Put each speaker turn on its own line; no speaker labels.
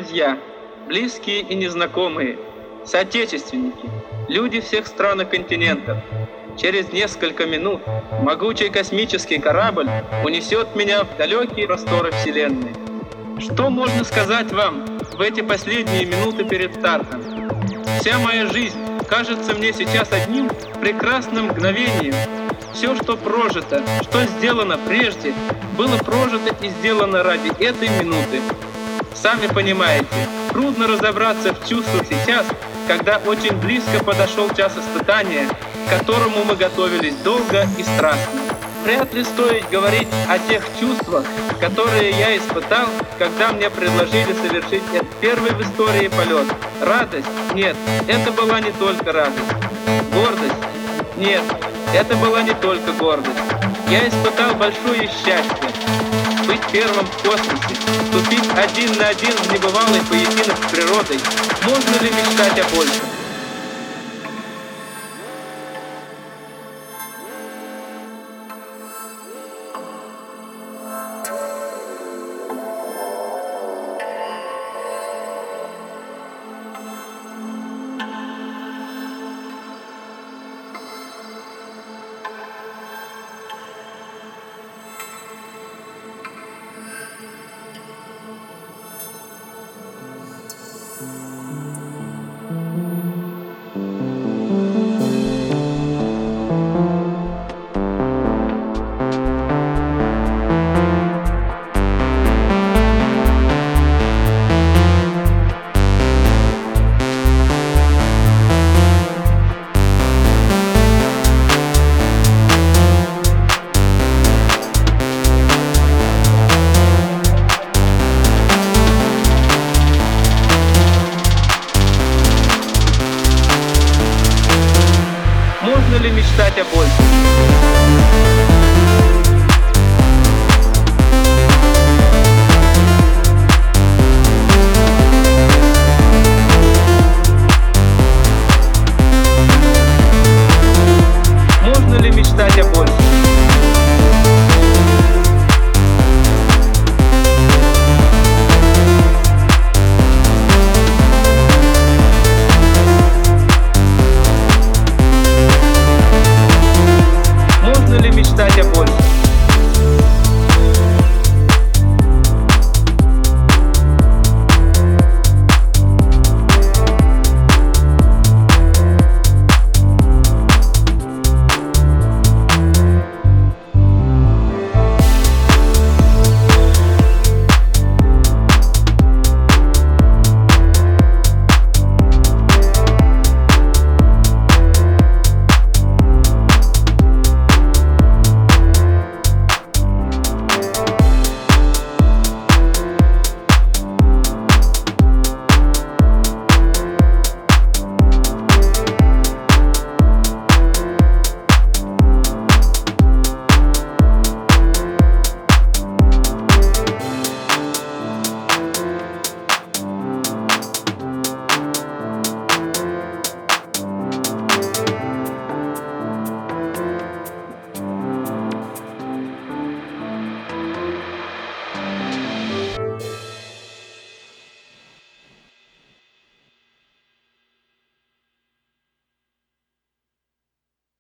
друзья, близкие и незнакомые, соотечественники, люди всех стран и континентов. Через несколько минут могучий космический корабль унесет меня в далекие просторы Вселенной. Что можно сказать вам в эти последние минуты перед стартом? Вся моя жизнь кажется мне сейчас одним прекрасным мгновением. Все, что прожито, что сделано прежде, было прожито и сделано ради этой минуты. Сами понимаете, трудно разобраться в чувствах сейчас, когда очень близко подошел час испытания, к которому мы готовились долго и страстно. Вряд ли стоит говорить о тех чувствах, которые я испытал, когда мне предложили совершить этот первый в истории полет. Радость? Нет, это была не только радость. Гордость? Нет, это была не только гордость. Я испытал большое счастье. Быть первым в космосе, вступить один на один в небывалый поединок с природой. Можно ли мечтать о большем?